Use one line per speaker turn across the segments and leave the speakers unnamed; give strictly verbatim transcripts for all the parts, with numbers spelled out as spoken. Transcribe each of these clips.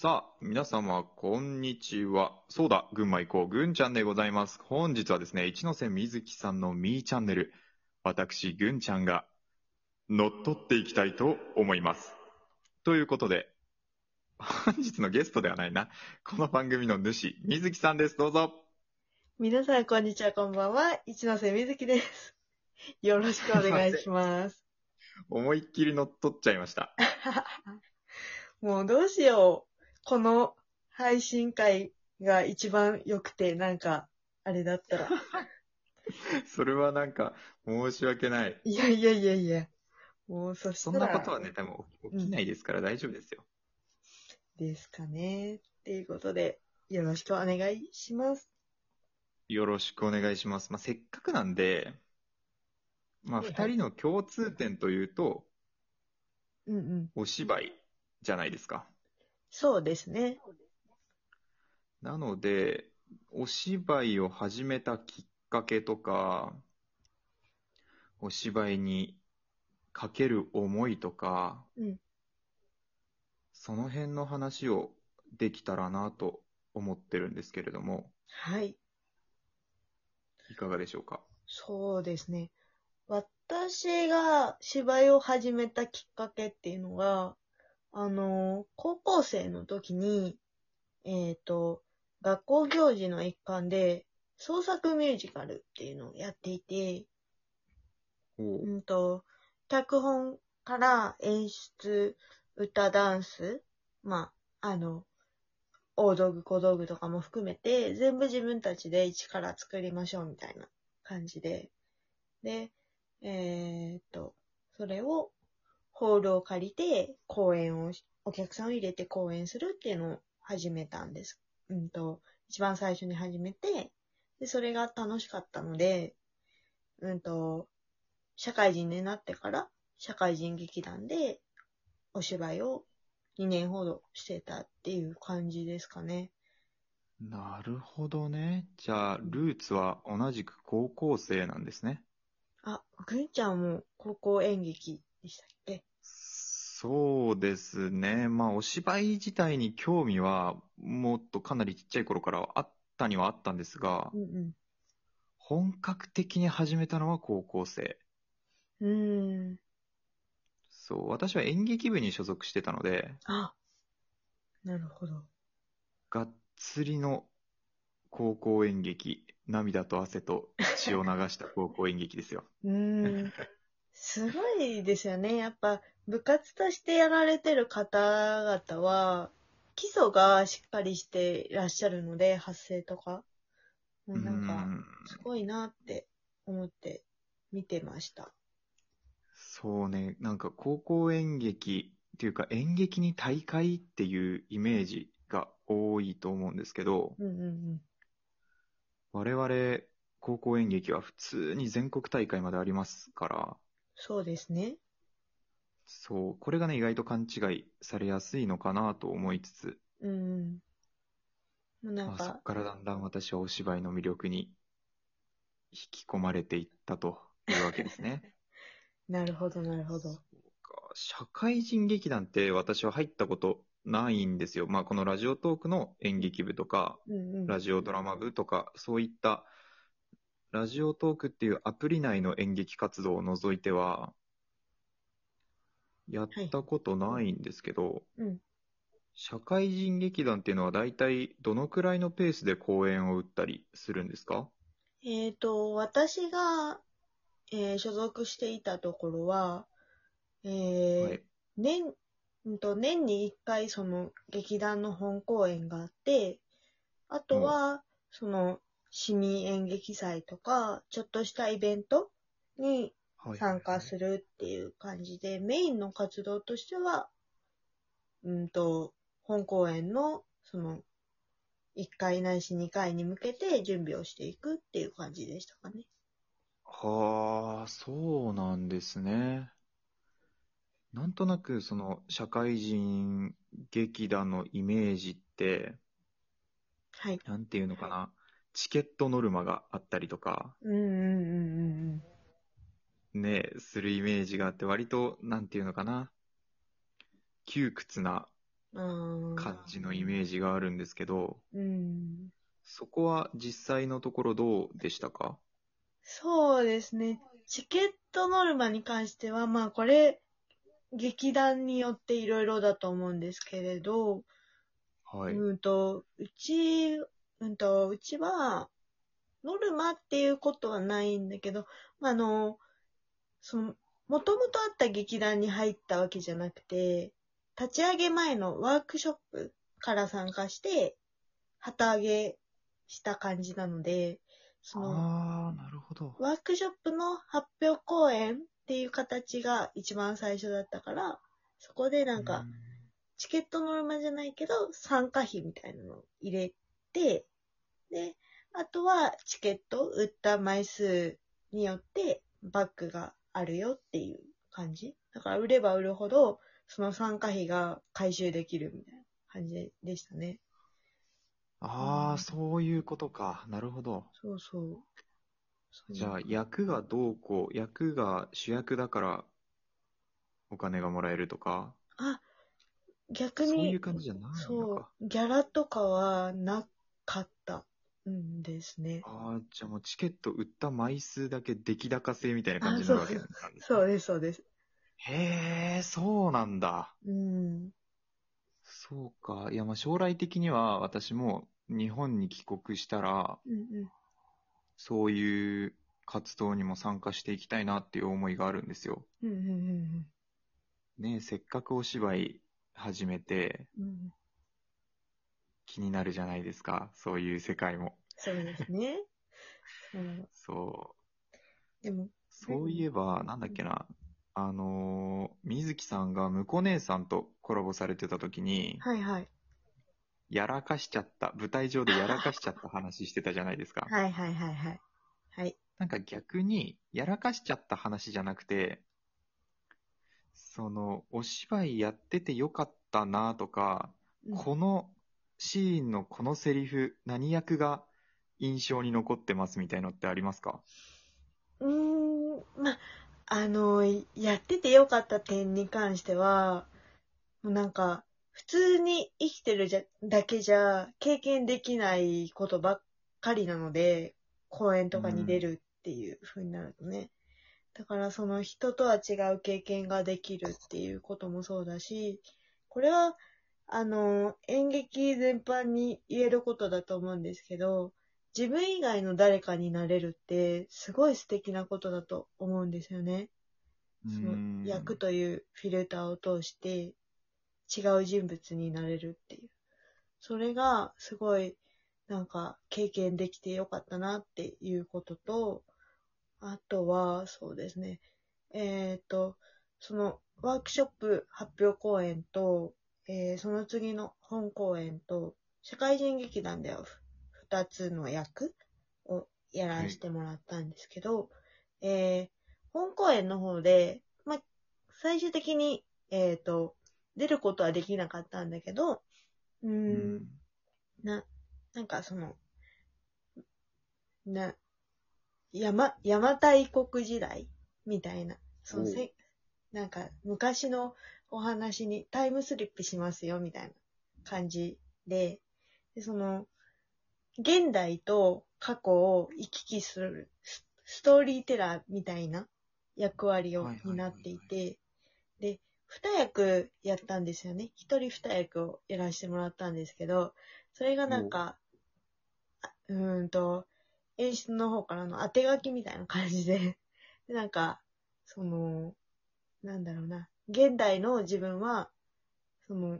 さあ、皆様、こんにちは。そうだ、群馬行こう、ぐんちゃんでございます。本日はですね、一ノ瀬みずきさんのみーチャンネル、私、ぐんちゃんが乗っ取っていきたいと思います。ということで、本日のゲストではないな。この番組の主、みずきさんです。どうぞ。
皆さん、こんにちは、こんばんは。一ノ瀬みずきです。よろしくお
すいません。
願いします。
思いっきり乗っ取っちゃいました。
もうどうしよう。この配信会が一番良くて、なんか、あれだったら。
それはなんか、申し訳ない。
いやいやいやいや。もうそし
そん
たら、
なことはね、多分
うん、
起きないですから大丈夫ですよ。
ですかね。っていうことで、よろしくお願いします。
よろしくお願いします。まあ、せっかくなんで、まあ、
はいはい。
二人の共通点というと、
うんうん。
お芝居じゃないですか。
そうですね。
なので、お芝居を始めたきっかけとか、お芝居にかける思いとか、
うん。
その辺の話をできたらなと思ってるんですけれども、
はい。
いかがでしょうか。
そうですね。私が芝居を始めたきっかけっていうのが、あの、高校生の時に、えっと、学校行事の一環で、創作ミュージカルっていうのをやっていて、
おう。
うんと、脚本から演出、歌、ダンス、まあ、あの、大道具、小道具とかも含めて、全部自分たちで一から作りましょうみたいな感じで。で、えっと、それを、ホールを借りて、公演をし、お客さんを入れて公演するっていうのを始めたんです。うんと、一番最初に始めて、で、それが楽しかったので、うんと、社会人になってから、社会人劇団でお芝居をにねんほどしてたっていう感じですかね。
なるほどね。じゃあ、
うん、
ルーツは同じく高校生なんですね。
あ、ぐんちゃんも高校演劇でしたっけ？
そうですね。まあ、お芝居自体に興味は、もっとかなりちっちゃい頃からあったにはあったんですが、
うん
本格的に始めたのは高校生。
うん。うーん。
そう、私は演劇部に所属してたので、
あ、なるほど。
がっつりの高校演劇、涙と汗と血を流した高校演劇ですよ。
うーん。すごいですよね。やっぱ部活としてやられてる方々は、基礎がしっかりしていらっしゃるので、発声とか。も
うー
うなんか、
ん、
すごいなって思って見てました。
そうね、なんか高校演劇っていうか演劇に大会っていうイメージが多いと思うんですけど、
うんうんうん。
我々高校演劇は普通に全国大会までありますから、
そうですね。
そう、これがね、意外と勘違いされやすいのかなと思いつつ、
うん。もうなん
まあ、そこ
か、
からだんだん私はお芝居の魅力に引き込まれていったというわけですね。
なるほどなるほど。
そうか、社会人劇団って私は入ったことないんですよ。まあ、このラジオトークの演劇部とか、
うんうん。
ラジオドラマ部とか、そういったラジオトークっていうアプリ内の演劇活動を除いては、やっ
はい。
たことないんですけど、
うん。
社会人劇団っていうのは大体どのくらいのペースで公演を打ったりするんですか？
えっと、私が、えー所属していたところは、えー
はい。
年、うんと、年に一回その劇団の本公演があって、あと
も
は、その市民演劇祭とか、ちょっとしたイベントに
う、はいはい
参加
はい。
するっていう感じで、メインの活動としては、うんと、本公演の、その、いっかいないしにかいに向けて準備をしていくっていう感じでしたかね。
はあ、そうなんですね。なんとなくその社会人劇団のイメージって、
はい。
なんていうのかな、チケットノルマがあったりとか、
うんうんうん
ね、するイメージがあって、割と、なんていうのかな、窮屈な
うん。
感じのイメージがあるんですけど、
うん。
そこは実際のところどうでしたか？
そうですね。チケットノルマに関しては、まあこれ、劇団によっていろいろだと思うんですけれど、
はい。
うんと、うち、うんと、うちは、ノルマっていうことはないんだけど、まあ、あの、その、もともとあった劇団に入ったわけじゃなくて、立ち上げ前のワークショップから参加して、旗揚げした感じなので、その、
ああ、なるほど。
ワークショップの発表公演っていう形が一番最初だったから、そこでなんか、チケットノルマじゃないけど、参加費みたいなのを入れて、で、あとはチケット売った枚数によってバックがあるよっていう感じ。だから売れば売るほど、その参加費が回収できるみたいな感じでしたね。う
ああ、
ん、
そういうことか。なるほど。
そうそう。そん
じゃあ、
な感じ。
役がどうこう、役が主役だからお金がもらえるとか、
あ、逆
そうい
に、
う感じじゃないの
そ
か。
う、ギャラとかはなかったんですね。
ああ、じゃあもうチケット売った枚数だけ出来高制みたいな感
あ、
じにな
そう、
るわけなんですか？
そうです、そうです。
へえ、そうなんだ。
うん。
そうか。いや、まあ将来的には私も日本に帰国したら、
うんうん。
そういう活動にも参加していきたいなっていう思いがあるんですよ。
うんうんうん
ねえ、せっかくお芝居始めて
うん。うん、
気になるじゃないですか。そういう世界も。
そうですね。そう。
そう。
でも、
そういえば、なんだっけな。あのー水木さんが向こう姉さんとコラボされてた時に、
はいはい。
やらかしちゃった、舞台上でやらかしちゃった話してたじゃないですか。
はいはいはいはい。はい。
なんか逆に、やらかしちゃった話じゃなくて、その、お芝居やっててよかったなとか、
うん。
このシーンのこのセリフ、何役が印象に残ってますみたいのってありますか？
うーん、ま、あの、やっててよかった点に関しては、もうなんか、普通に生きてるじゃだけじゃ経験できないことばっかりなので、公演とかに出
うん。
るっていう風になるとね。だからその人とは違う経験ができるっていうこともそうだし、これは、あの、演劇全般に言えることだと思うんですけど、自分以外の誰かになれるってすごい素敵なことだと思うんですよね。
うー
その
ん。
役というフィルターを通して違う人物になれるっていう。それがすごいなんか経験できてよかったなっていうことと、あとはそうですね。えっと、そのワークショップ発表公演と、えーその次の本公演と、社会人劇団では二つの役をや
はい。
らせてもらったんですけど、えー本公演の方で、まあ、最終的に、えっと、出ることはできなかったんだけど、うーん、
うん。
な、なんかその、な、山、邪馬台国時代みたいな、その
おう。
せ、なんか昔のお話にタイムスリップしますよみたいな感じで、でその、現代と過去を行き来するスストーリーテラーみたいな役割を
はいはいはいはい。
担っていて、で、二役やったんですよね。一人二役をやらせてもらったんですけど、それがなん
おう。
か、うーんと、演出の方からの当て書きみたいな感じで、でなんか、その、なんだろうな、現代の自分は、その、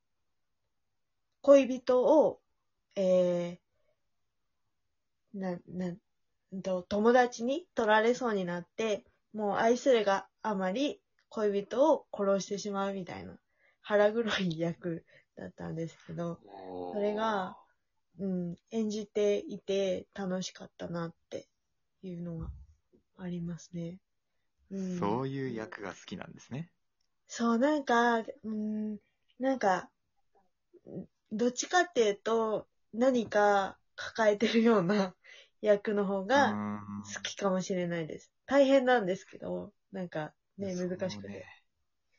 恋人を、えー、な、な、んと、友達に取られそうになって、もう愛するがあまり恋人を殺してしまうみたいな腹黒い役だったんですけど、それが、
お
うん、演じていて楽しかったなっていうのがありますね。う
ー。
ん。
そういう役が好きなんですね。
そう、なんか、うん、なんか、どっちかっていうと、何か抱えてるような役の方
うー
が
ん。
好きかもしれないです。大変なんですけど、なんかね、難し
そうね。
くて。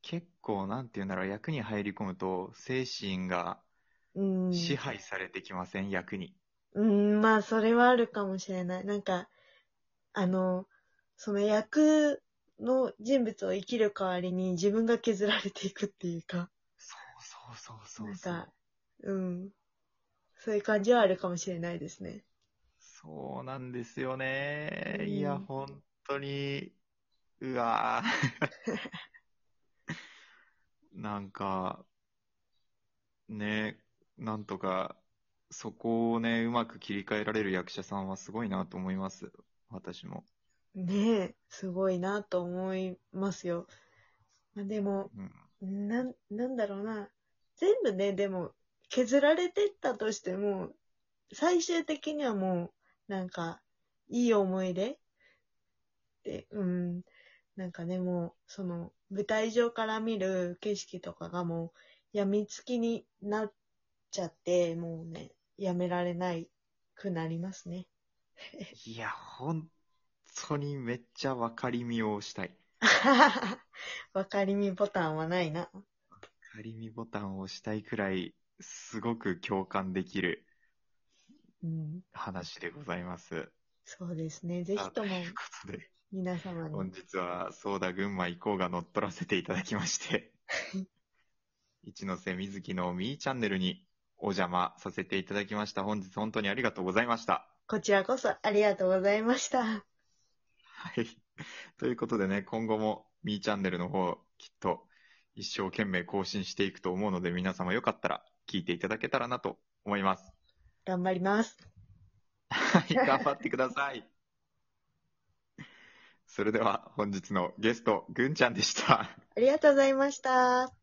結構、なんて言うんだろう、役に入り込むと、精神が
うん。
支配されてきません、役に。
うん、まあ、それはあるかもしれない。なんか、あの、その役の人物を生きる代わりに自分が削られていくっていうか、
そうそうそうそうそう。
なんか、うん。そういう感じはあるかもしれないですね。
そうなんですよ
う
ね。いや、
ん。
本当に、うわーなんか、ね、なんとか、そこをね、うまく切り替えられる役者さんはすごいなと思います。私も。
ねえ、すごいなと思いますよ。まあ、でも、
うん。
なん、なんだろうな。全部ね、でも、削られてったとしても、最終的にはもう、なんか、いい思い出で、うん、なんかね、もう、その、舞台上から見る景色とかがもう、病みつきになっちゃって、もうね、やめられないくなりますね。
いや、本当にめっちゃ分かりみをしたい。
わかりみボタンはないな。
分かりみボタンを押したいくらい、すごく共感できる
うん、
話でございます。
そうですね。ぜ
さあ、という
ひとも
ことで、
皆様に。
本日は、そうだ、群馬行こうが乗っ取らせていただきまして、一ノ瀬瑞希のミーチャンネルにお邪魔させていただきました。本日本当にありがとうございました。
こちらこそありがとうございました。
はい。ということでね、今後もミーチャンネルの方、きっと一生懸命更新していくと思うので、皆様よかったら聞いていただけたらなと思います。
頑張ります。
はい、頑張ってください。それでは本日のゲスト、ぐんちゃんでした。
ありがとうございました。